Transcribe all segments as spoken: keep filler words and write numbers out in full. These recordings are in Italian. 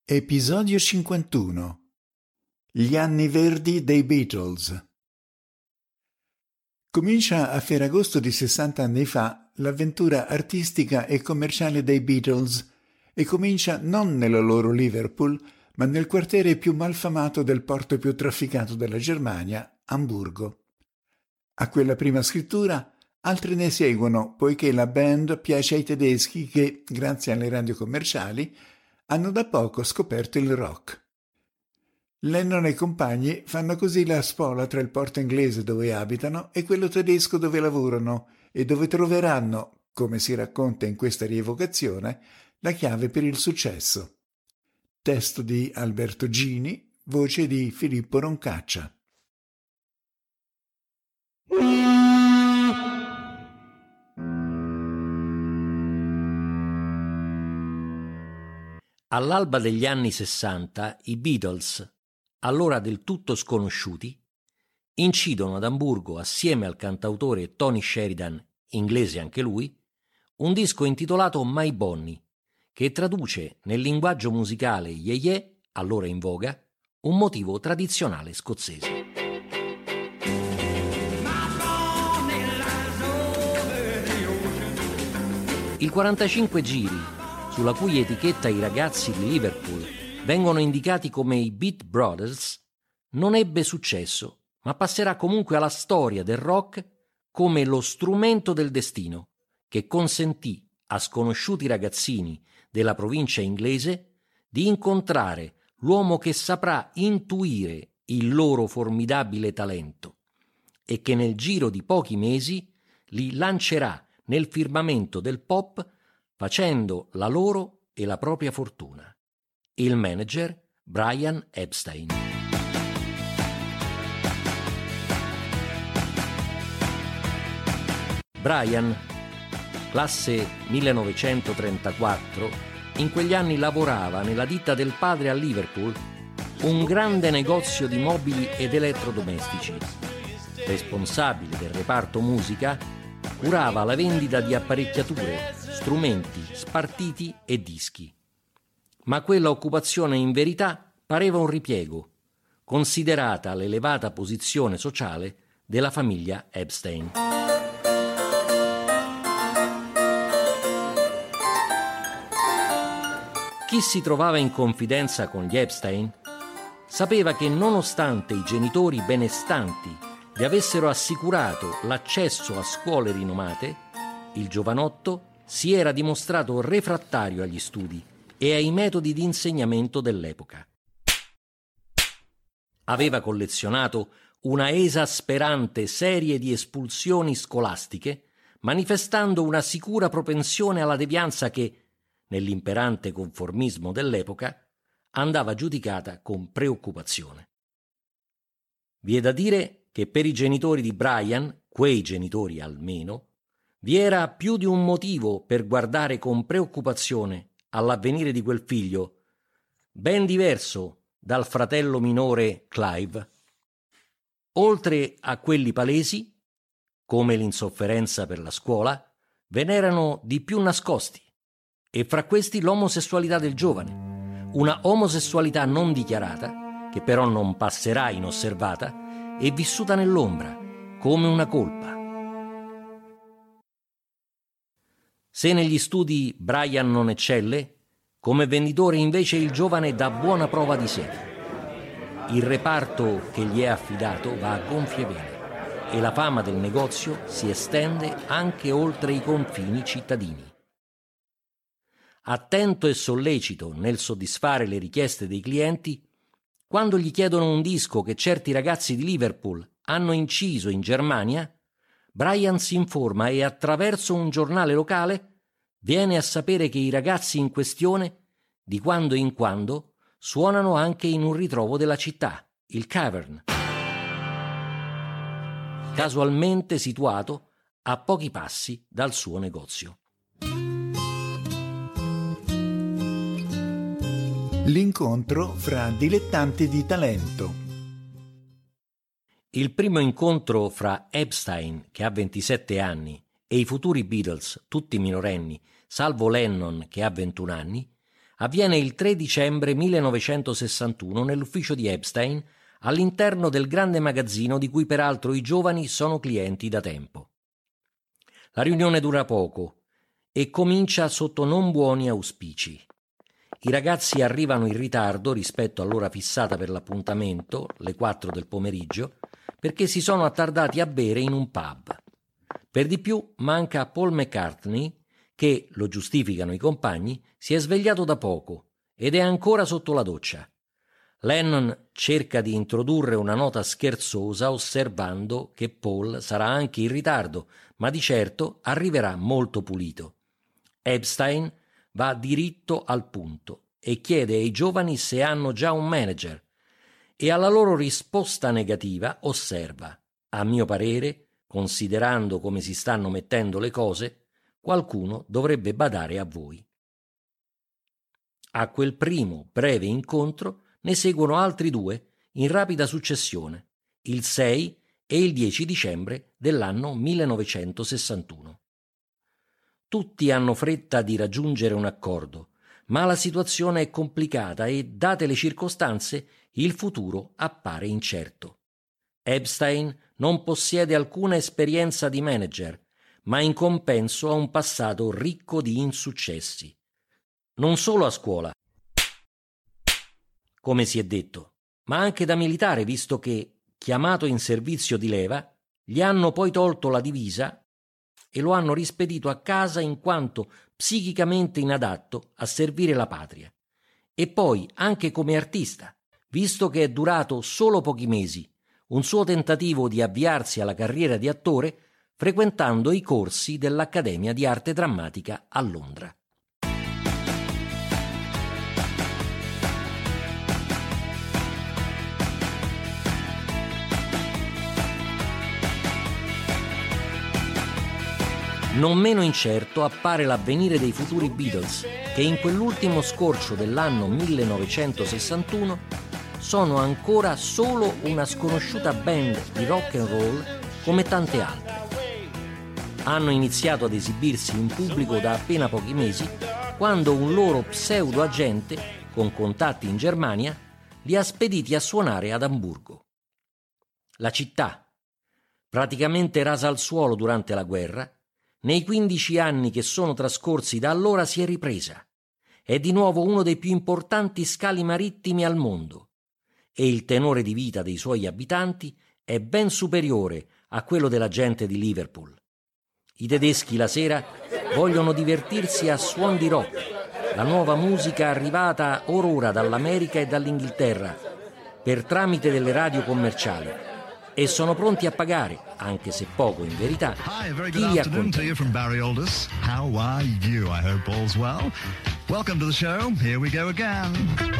Episodio cinquantuno. Gli anni verdi dei Beatles. Comincia a Ferragosto di sessanta anni fa l'avventura artistica e commerciale dei Beatles e comincia non nella loro Liverpool, ma nel quartiere più malfamato del porto più trafficato della Germania, Amburgo. A quella prima scrittura altri ne seguono, poiché la band piace ai tedeschi che, grazie alle radio commerciali, hanno da poco scoperto il rock. Lennon e compagni fanno così la spola tra il porto inglese dove abitano e quello tedesco dove lavorano e dove troveranno, come si racconta in questa rievocazione, la chiave per il successo. Testo di Alberto Gini, voce di Filippo Roncaccia. All'alba degli anni sessanta, i Beatles, allora del tutto sconosciuti, incidono ad Amburgo, assieme al cantautore Tony Sheridan, inglese anche lui, un disco intitolato My Bonnie, che traduce nel linguaggio musicale yeye, allora in voga, un motivo tradizionale scozzese. Il quarantacinque giri, sulla cui etichetta i ragazzi di Liverpool vengono indicati come i Beat Brothers, non ebbe successo, ma passerà comunque alla storia del rock come lo strumento del destino che consentì a sconosciuti ragazzini della provincia inglese di incontrare l'uomo che saprà intuire il loro formidabile talento e che nel giro di pochi mesi li lancerà nel firmamento del pop facendo la loro e la propria fortuna. Il manager Brian Epstein. Brian, classe millenovecentotrentaquattro, in quegli anni lavorava nella ditta del padre a Liverpool, un grande negozio di mobili ed elettrodomestici. Responsabile del reparto musica, curava la vendita di apparecchiature, strumenti, spartiti e dischi. Ma quella occupazione in verità pareva un ripiego, considerata l'elevata posizione sociale della famiglia Epstein. Chi si trovava in confidenza con gli Epstein sapeva che nonostante i genitori benestanti gli avessero assicurato l'accesso a scuole rinomate, il giovanotto si era dimostrato refrattario agli studi e ai metodi di insegnamento dell'epoca. Aveva collezionato una esasperante serie di espulsioni scolastiche, manifestando una sicura propensione alla devianza che, nell'imperante conformismo dell'epoca, andava giudicata con preoccupazione. Vi è da dire che per i genitori di Brian, quei genitori almeno, vi era più di un motivo per guardare con preoccupazione all'avvenire di quel figlio, ben diverso dal fratello minore Clive. Oltre a quelli palesi, come l'insofferenza per la scuola, ve n'erano di più nascosti, e fra questi l'omosessualità del giovane, una omosessualità non dichiarata, che però non passerà inosservata, e vissuta nell'ombra, come una colpa. Se negli studi Brian non eccelle, come venditore invece il giovane dà buona prova di sé. Il reparto che gli è affidato va a gonfie vele e la fama del negozio si estende anche oltre i confini cittadini. Attento e sollecito nel soddisfare le richieste dei clienti, quando gli chiedono un disco che certi ragazzi di Liverpool hanno inciso in Germania, Brian si informa e attraverso un giornale locale viene a sapere che i ragazzi in questione di quando in quando suonano anche in un ritrovo della città, il Cavern, casualmente situato a pochi passi dal suo negozio. L'incontro fra dilettanti di talento. Il primo incontro fra Epstein, che ha ventisette anni, e i futuri Beatles, tutti minorenni, salvo Lennon che ha ventuno anni, avviene il tre dicembre millenovecentosessantuno nell'ufficio di Epstein, all'interno del grande magazzino di cui peraltro i giovani sono clienti da tempo. La riunione dura poco e comincia sotto non buoni auspici. I ragazzi arrivano in ritardo rispetto all'ora fissata per l'appuntamento, le quattro del pomeriggio, perché si sono attardati a bere in un pub. Per di più manca Paul McCartney, che, lo giustificano i compagni, si è svegliato da poco ed è ancora sotto la doccia. Lennon cerca di introdurre una nota scherzosa osservando che Paul sarà anche in ritardo, ma di certo arriverà molto pulito. Epstein va diritto al punto e chiede ai giovani se hanno già un manager e alla loro risposta negativa osserva: a mio parere, considerando come si stanno mettendo le cose, qualcuno dovrebbe badare a voi. A quel primo breve incontro ne seguono altri due in rapida successione, il sei e il dieci dicembre dell'anno millenovecentosessantuno. Tutti hanno fretta di raggiungere un accordo, ma la situazione è complicata e, date le circostanze, il futuro appare incerto. Epstein non possiede alcuna esperienza di manager, ma in compenso ha un passato ricco di insuccessi. Non solo a scuola, come si è detto, ma anche da militare, visto che, chiamato in servizio di leva, gli hanno poi tolto la divisa e lo hanno rispedito a casa in quanto psichicamente inadatto a servire la patria. E poi anche come artista, visto che è durato solo pochi mesi un suo tentativo di avviarsi alla carriera di attore frequentando i corsi dell'Accademia di Arte Drammatica a Londra. Non meno incerto appare l'avvenire dei futuri Beatles, che in quell'ultimo scorcio dell'anno millenovecentosessantuno sono ancora solo una sconosciuta band di rock and roll come tante altre. Hanno iniziato ad esibirsi in pubblico da appena pochi mesi, quando un loro pseudo agente, con contatti in Germania, li ha spediti a suonare ad Amburgo. La città, praticamente rasa al suolo durante la guerra, nei quindici anni che sono trascorsi da allora si è ripresa. È di nuovo uno dei più importanti scali marittimi al mondo e il tenore di vita dei suoi abitanti è ben superiore a quello della gente di Liverpool. I tedeschi la sera vogliono divertirsi a suon di rock, la nuova musica arrivata or ora dall'America e dall'Inghilterra per tramite delle radio commerciali, e sono pronti a pagare, anche se poco in verità, Hi, a very chi good li afternoon to you accontenta. from Barry Aldous. How are you? I hope all's well. Welcome to the show. Here we go again.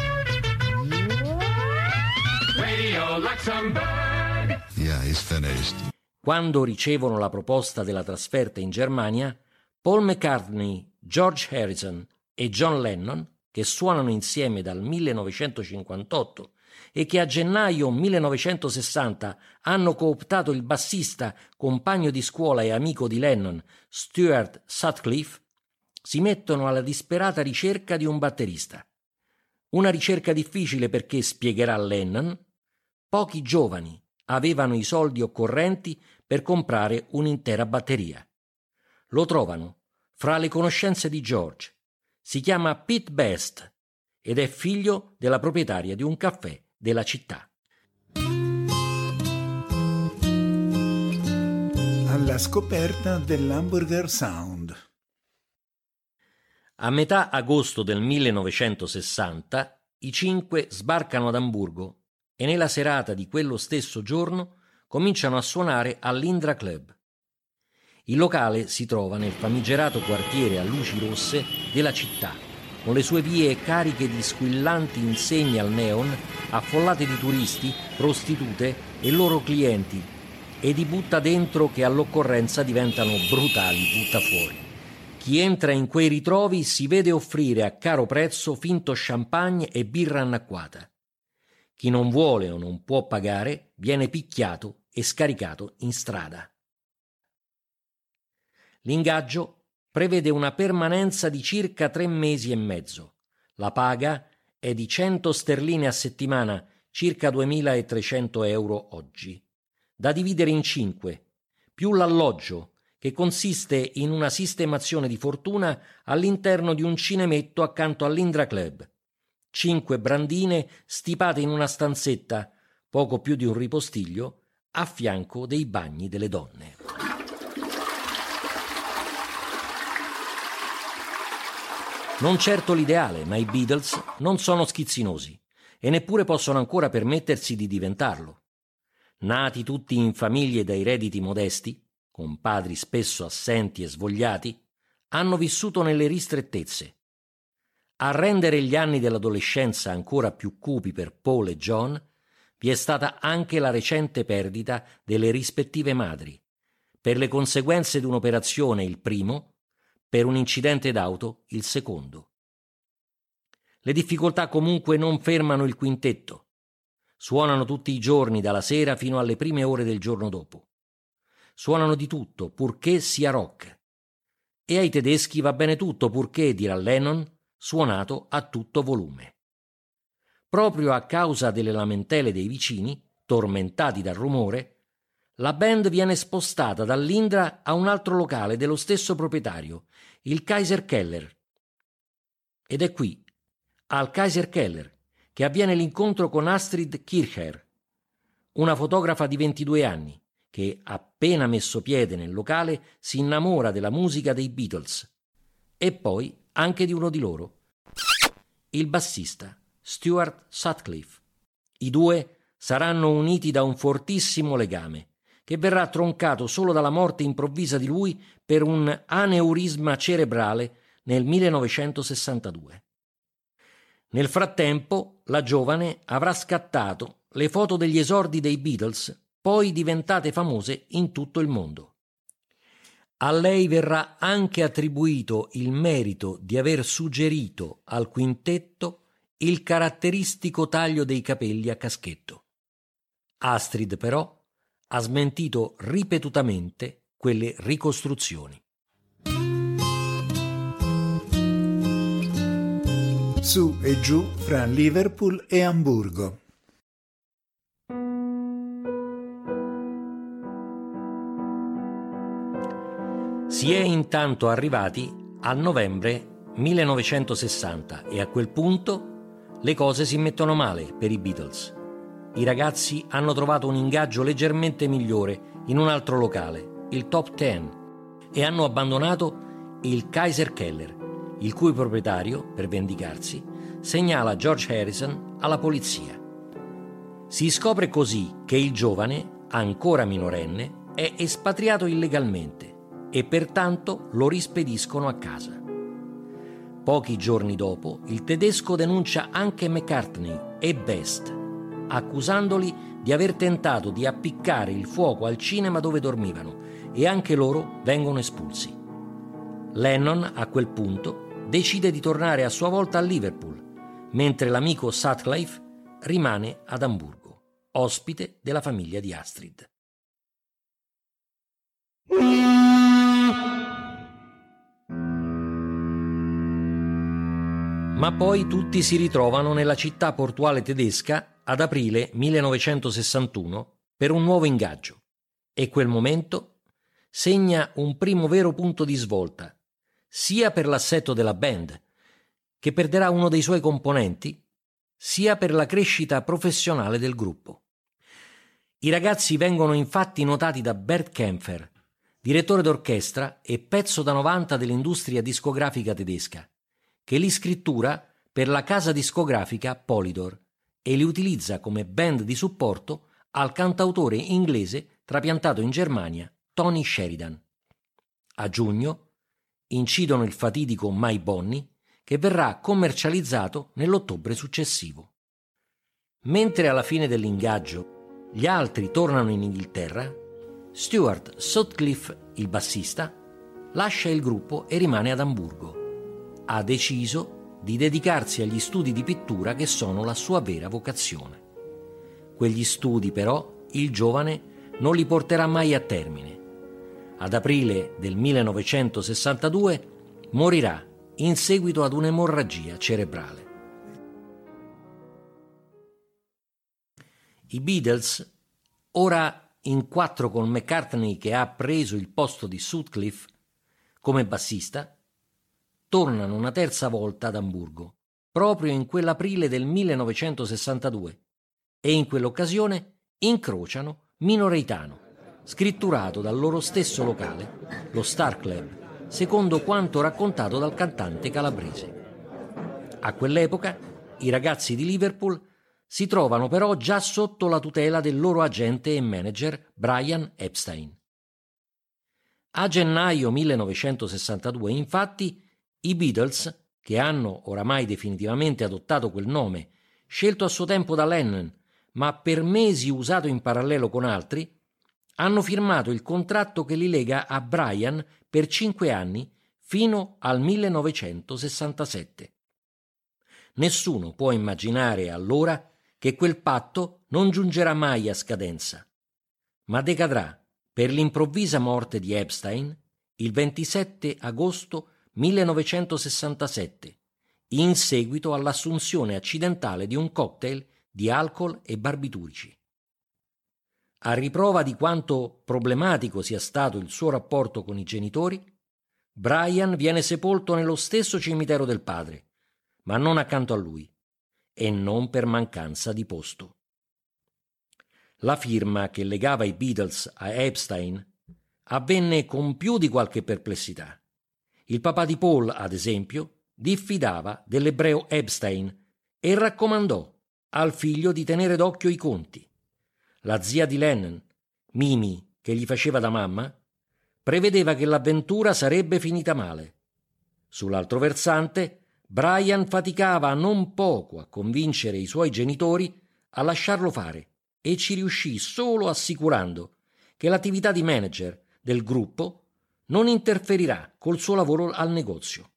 Radio Luxembourg. Yeah, he's finished. Quando ricevono la proposta della trasferta in Germania, Paul McCartney, George Harrison e John Lennon, che suonano insieme dal millenovecentocinquantotto e che a gennaio millenovecentosessanta hanno cooptato il bassista, compagno di scuola e amico di Lennon, Stuart Sutcliffe, si mettono alla disperata ricerca di un batterista. Una ricerca difficile perché, spiegherà Lennon, pochi giovani avevano i soldi occorrenti per comprare un'intera batteria. Lo trovano fra le conoscenze di George. Si chiama Pete Best ed è figlio della proprietaria di un caffè della città. Alla scoperta dell'Hamburger Sound. A metà agosto del millenovecentosessanta i cinque sbarcano ad Amburgo e nella serata di quello stesso giorno cominciano a suonare all'Indra Club. Il locale si trova nel famigerato quartiere a luci rosse della città, con le sue vie cariche di squillanti insegne al neon, affollate di turisti, prostitute e loro clienti, e di butta dentro che all'occorrenza diventano brutali butta fuori. Chi entra in quei ritrovi si vede offrire a caro prezzo finto champagne e birra annacquata. Chi non vuole o non può pagare viene picchiato e scaricato in strada. L'ingaggio prevede una permanenza di circa tre mesi e mezzo. La paga è di cento sterline a settimana, circa duemilatrecento euro oggi, da dividere in cinque, più l'alloggio, che consiste in una sistemazione di fortuna all'interno di un cinemetto accanto all'Indra Club. Cinque brandine stipate in una stanzetta, poco più di un ripostiglio, a fianco dei bagni delle donne. Non certo l'ideale, ma i Beatles non sono schizzinosi e neppure possono ancora permettersi di diventarlo. Nati tutti in famiglie dai redditi modesti, con padri spesso assenti e svogliati, hanno vissuto nelle ristrettezze. A rendere gli anni dell'adolescenza ancora più cupi per Paul e John, vi è stata anche la recente perdita delle rispettive madri, per le conseguenze di un'operazione il primo, per un incidente d'auto il secondo. Le difficoltà comunque non fermano il quintetto. Suonano tutti i giorni dalla sera fino alle prime ore del giorno dopo. Suonano di tutto, purché sia rock. E ai tedeschi va bene tutto, purché, dirà Lennon, suonato a tutto volume. Proprio a causa delle lamentele dei vicini, tormentati dal rumore, la band viene spostata dall'Indra a un altro locale dello stesso proprietario, il Kaiser Keller. Ed è qui, al Kaiser Keller, che avviene l'incontro con Astrid Kirchherr, una fotografa di ventidue anni, che, appena messo piede nel locale, si innamora della musica dei Beatles e poi anche di uno di loro, il bassista Stuart Sutcliffe. I due saranno uniti da un fortissimo legame, che verrà troncato solo dalla morte improvvisa di lui per un aneurisma cerebrale nel millenovecentosessantadue. Nel frattempo, la giovane avrà scattato le foto degli esordi dei Beatles, poi diventate famose in tutto il mondo. A lei verrà anche attribuito il merito di aver suggerito al quintetto il caratteristico taglio dei capelli a caschetto. Astrid, però, ha smentito ripetutamente quelle ricostruzioni. Su e giù fra Liverpool e Amburgo. Si è intanto arrivati al novembre millenovecentosessanta e a quel punto le cose si mettono male per i Beatles. I ragazzi hanno trovato un ingaggio leggermente migliore in un altro locale, il Top Ten, e hanno abbandonato il Kaiser Keller, il cui proprietario, per vendicarsi, segnala George Harrison alla polizia. Si scopre così che il giovane, ancora minorenne, è espatriato illegalmente e pertanto lo rispediscono a casa. Pochi giorni dopo, il tedesco denuncia anche McCartney e Best, accusandoli di aver tentato di appiccare il fuoco al cinema dove dormivano, e anche loro vengono espulsi. Lennon, a quel punto, decide di tornare a sua volta a Liverpool, mentre l'amico Sutcliffe rimane ad Amburgo, ospite della famiglia di Astrid. Ma poi tutti si ritrovano nella città portuale tedesca ad aprile millenovecentosessantuno per un nuovo ingaggio, e quel momento segna un primo vero punto di svolta, sia per l'assetto della band, che perderà uno dei suoi componenti, sia per la crescita professionale del gruppo. I ragazzi vengono infatti notati da Bert Kaempfer, direttore d'orchestra e pezzo da novanta dell'industria discografica tedesca, che li scrittura per la casa discografica Polydor e li utilizza come band di supporto al cantautore inglese trapiantato in Germania Tony Sheridan. A giugno incidono il fatidico My Bonnie, che verrà commercializzato nell'ottobre successivo. Mentre alla fine dell'ingaggio gli altri tornano in Inghilterra, Stuart Sutcliffe, il bassista, lascia il gruppo e rimane ad Amburgo. Ha deciso di dedicarsi agli studi di pittura che sono la sua vera vocazione. Quegli studi, però, il giovane non li porterà mai a termine. Ad aprile del millenovecentosessantadue morirà in seguito ad un'emorragia cerebrale. I Beatles, ora in quattro con McCartney che ha preso il posto di Sutcliffe come bassista, tornano una terza volta ad Amburgo, proprio in quell'aprile del millenovecentosessantadue, e in quell'occasione incrociano Mino Reitano, scritturato dal loro stesso locale, lo Star Club, secondo quanto raccontato dal cantante calabrese. A quell'epoca i ragazzi di Liverpool si trovano però già sotto la tutela del loro agente e manager Brian Epstein. A gennaio millenovecentosessantadue, infatti, i Beatles, che hanno oramai definitivamente adottato quel nome, scelto a suo tempo da Lennon, ma per mesi usato in parallelo con altri, hanno firmato il contratto che li lega a Brian per cinque anni fino al millenovecentosessantasette. Nessuno può immaginare allora che quel patto non giungerà mai a scadenza, ma decadrà per l'improvvisa morte di Epstein il ventisette agosto millenovecentosessantasette, in seguito all'assunzione accidentale di un cocktail di alcol e barbiturici. A riprova di quanto problematico sia stato il suo rapporto con i genitori, Brian viene sepolto nello stesso cimitero del padre, ma non accanto a lui, e non per mancanza di posto. La firma che legava i Beatles a Epstein avvenne con più di qualche perplessità. Il papà di Paul, ad esempio, diffidava dell'ebreo Epstein e raccomandò al figlio di tenere d'occhio i conti. La zia di Lennon, Mimi, che gli faceva da mamma, prevedeva che l'avventura sarebbe finita male. Sull'altro versante, Brian faticava non poco a convincere i suoi genitori a lasciarlo fare e ci riuscì solo assicurando che l'attività di manager del gruppo non interferirà col suo lavoro al negozio.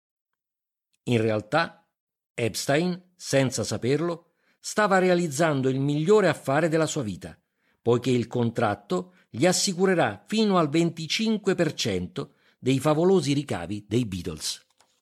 In realtà, Epstein, senza saperlo, stava realizzando il migliore affare della sua vita, poiché il contratto gli assicurerà fino al venticinque per cento dei favolosi ricavi dei Beatles.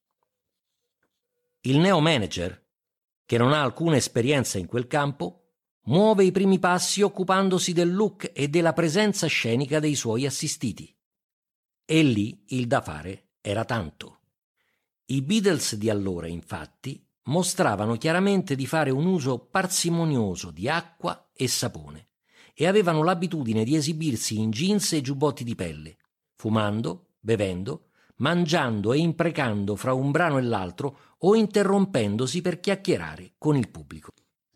Il neo manager, che non ha alcuna esperienza in quel campo, muove i primi passi occupandosi del look e della presenza scenica dei suoi assistiti. E lì il da fare era tanto. I Beatles di allora, infatti, mostravano chiaramente di fare un uso parsimonioso di acqua e sapone e avevano l'abitudine di esibirsi in jeans e giubbotti di pelle, fumando, bevendo, mangiando e imprecando fra un brano e l'altro o interrompendosi per chiacchierare con il pubblico.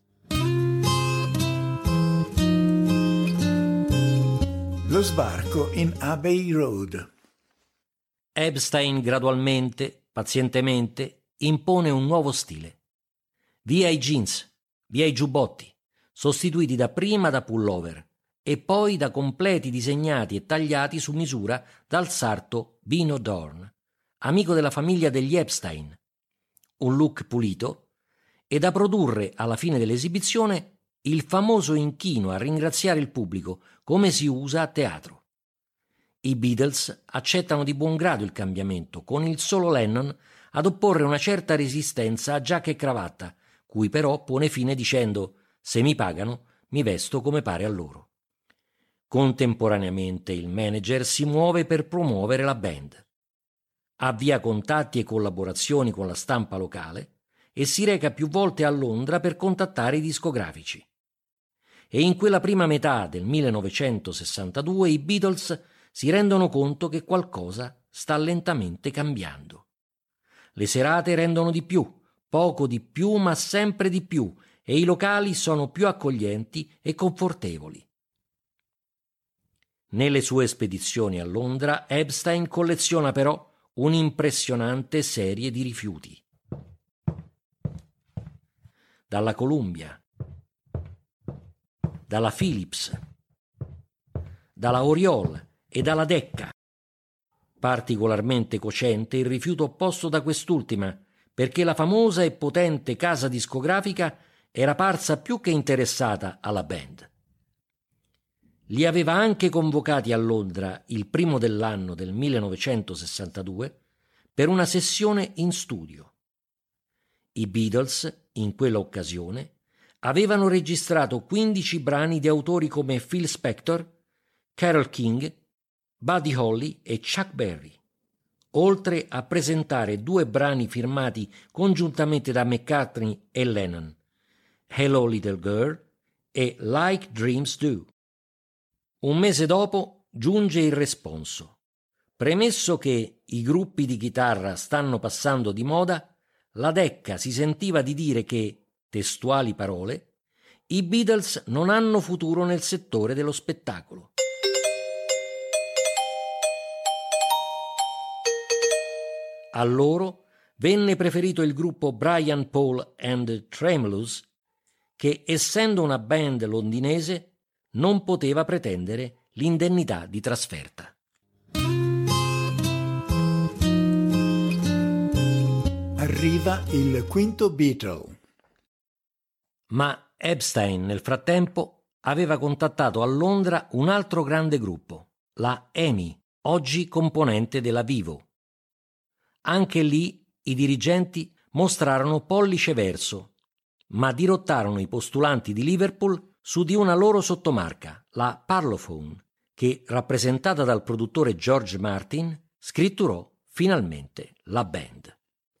Lo sbarco in Abbey Road. Epstein gradualmente, pazientemente, impone un nuovo stile. Via i jeans, via i giubbotti, sostituiti dapprima da pullover e poi da completi disegnati e tagliati su misura dal sarto Bino Dorn, amico della famiglia degli Epstein. Un look pulito e da produrre alla fine dell'esibizione il famoso inchino a ringraziare il pubblico, come si usa a teatro. I Beatles accettano di buon grado il cambiamento, con il solo Lennon ad opporre una certa resistenza a giacca e cravatta, cui però pone fine dicendo: «Se mi pagano, mi vesto come pare a loro». Contemporaneamente il manager si muove per promuovere la band. Avvia contatti e collaborazioni con la stampa locale e si reca più volte a Londra per contattare i discografici. E in quella prima metà del millenovecentosessantadue i Beatles si rendono conto che qualcosa sta lentamente cambiando. Le serate rendono di più, poco di più, ma sempre di più, e i locali sono più accoglienti e confortevoli. Nelle sue spedizioni a Londra, Epstein colleziona però un'impressionante serie di rifiuti. Dalla Columbia, dalla Philips, dalla Oriole e dalla Decca. Particolarmente cocente il rifiuto opposto da quest'ultima, perché la famosa e potente casa discografica era parsa più che interessata alla band. Li aveva anche convocati a Londra il primo dell'anno del millenovecentosessantadue per una sessione in studio. I Beatles, in quella occasione, avevano registrato quindici brani di autori come Phil Spector, Carole King, Buddy Holly e Chuck Berry, oltre a presentare due brani firmati congiuntamente da McCartney e Lennon, Hello Little Girl e Like Dreams Do. Un mese dopo giunge il responso. Premesso che i gruppi di chitarra stanno passando di moda, la Decca si sentiva di dire che, testuali parole, i Beatles non hanno futuro nel settore dello spettacolo. A loro venne preferito il gruppo Brian, Paul and the Tremulous, che, essendo una band londinese, non poteva pretendere l'indennità di trasferta. Arriva il quinto Beatle. Ma Epstein, nel frattempo, aveva contattato a Londra un altro grande gruppo, la E M I, oggi componente della Vivo. Anche lì i dirigenti mostrarono pollice verso, ma dirottarono i postulanti di Liverpool su di una loro sottomarca, la Parlophone, che, rappresentata dal produttore George Martin, scritturò finalmente la band.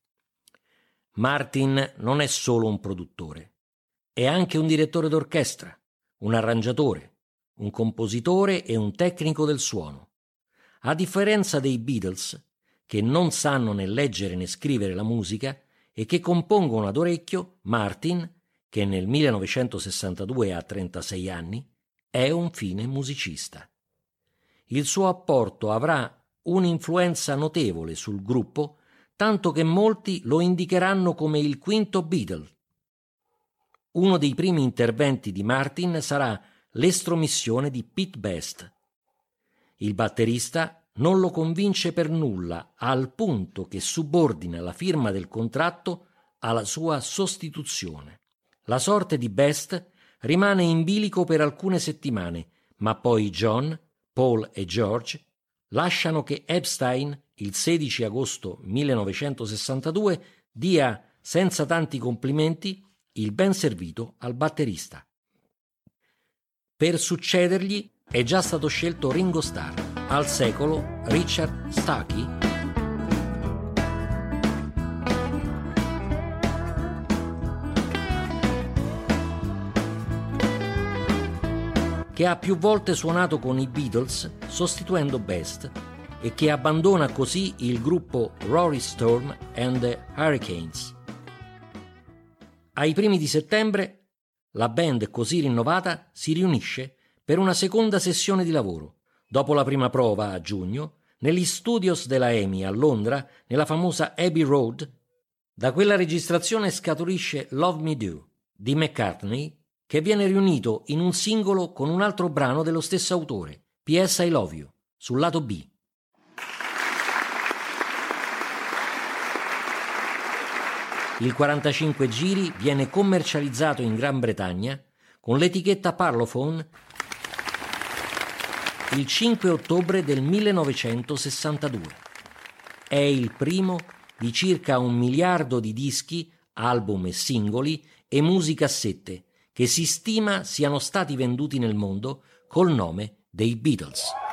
Martin non è solo un produttore, è anche un direttore d'orchestra, un arrangiatore, un compositore e un tecnico del suono. A differenza dei Beatles, che non sanno né leggere né scrivere la musica e che compongono ad orecchio, Martin, che nel millenovecentosessantadue ha trentasei anni, è un fine musicista. Il suo apporto avrà un'influenza notevole sul gruppo, tanto che molti lo indicheranno come il quinto Beatle. Uno dei primi interventi di Martin sarà l'estromissione di Pete Best. Il batterista non lo convince per nulla, al punto che subordina la firma del contratto alla sua sostituzione. La sorte di Best rimane in bilico per alcune settimane, ma poi John, Paul e George lasciano che Epstein, il sedici agosto millenovecentosessantadue, dia, senza tanti complimenti, il ben servito al batterista. Per succedergli è già stato scelto Ringo Starr, al secolo Richard Stuckey, che ha più volte suonato con i Beatles sostituendo Best e che abbandona così il gruppo Rory Storm and the Hurricanes. Ai primi di settembre la band così rinnovata si riunisce per una seconda sessione di lavoro, dopo la prima prova a giugno, negli studios della E M I a Londra, nella famosa Abbey Road. Da quella registrazione scaturisce Love Me Do di McCartney, che viene riunito in un singolo con un altro brano dello stesso autore, P S I Love You, sul lato B. Il quarantacinque giri viene commercializzato in Gran Bretagna con l'etichetta Parlophone il cinque ottobre del millenovecentosessantadue. È il primo di circa un miliardo di dischi, album e singoli e musicassette che si stima siano stati venduti nel mondo col nome dei Beatles.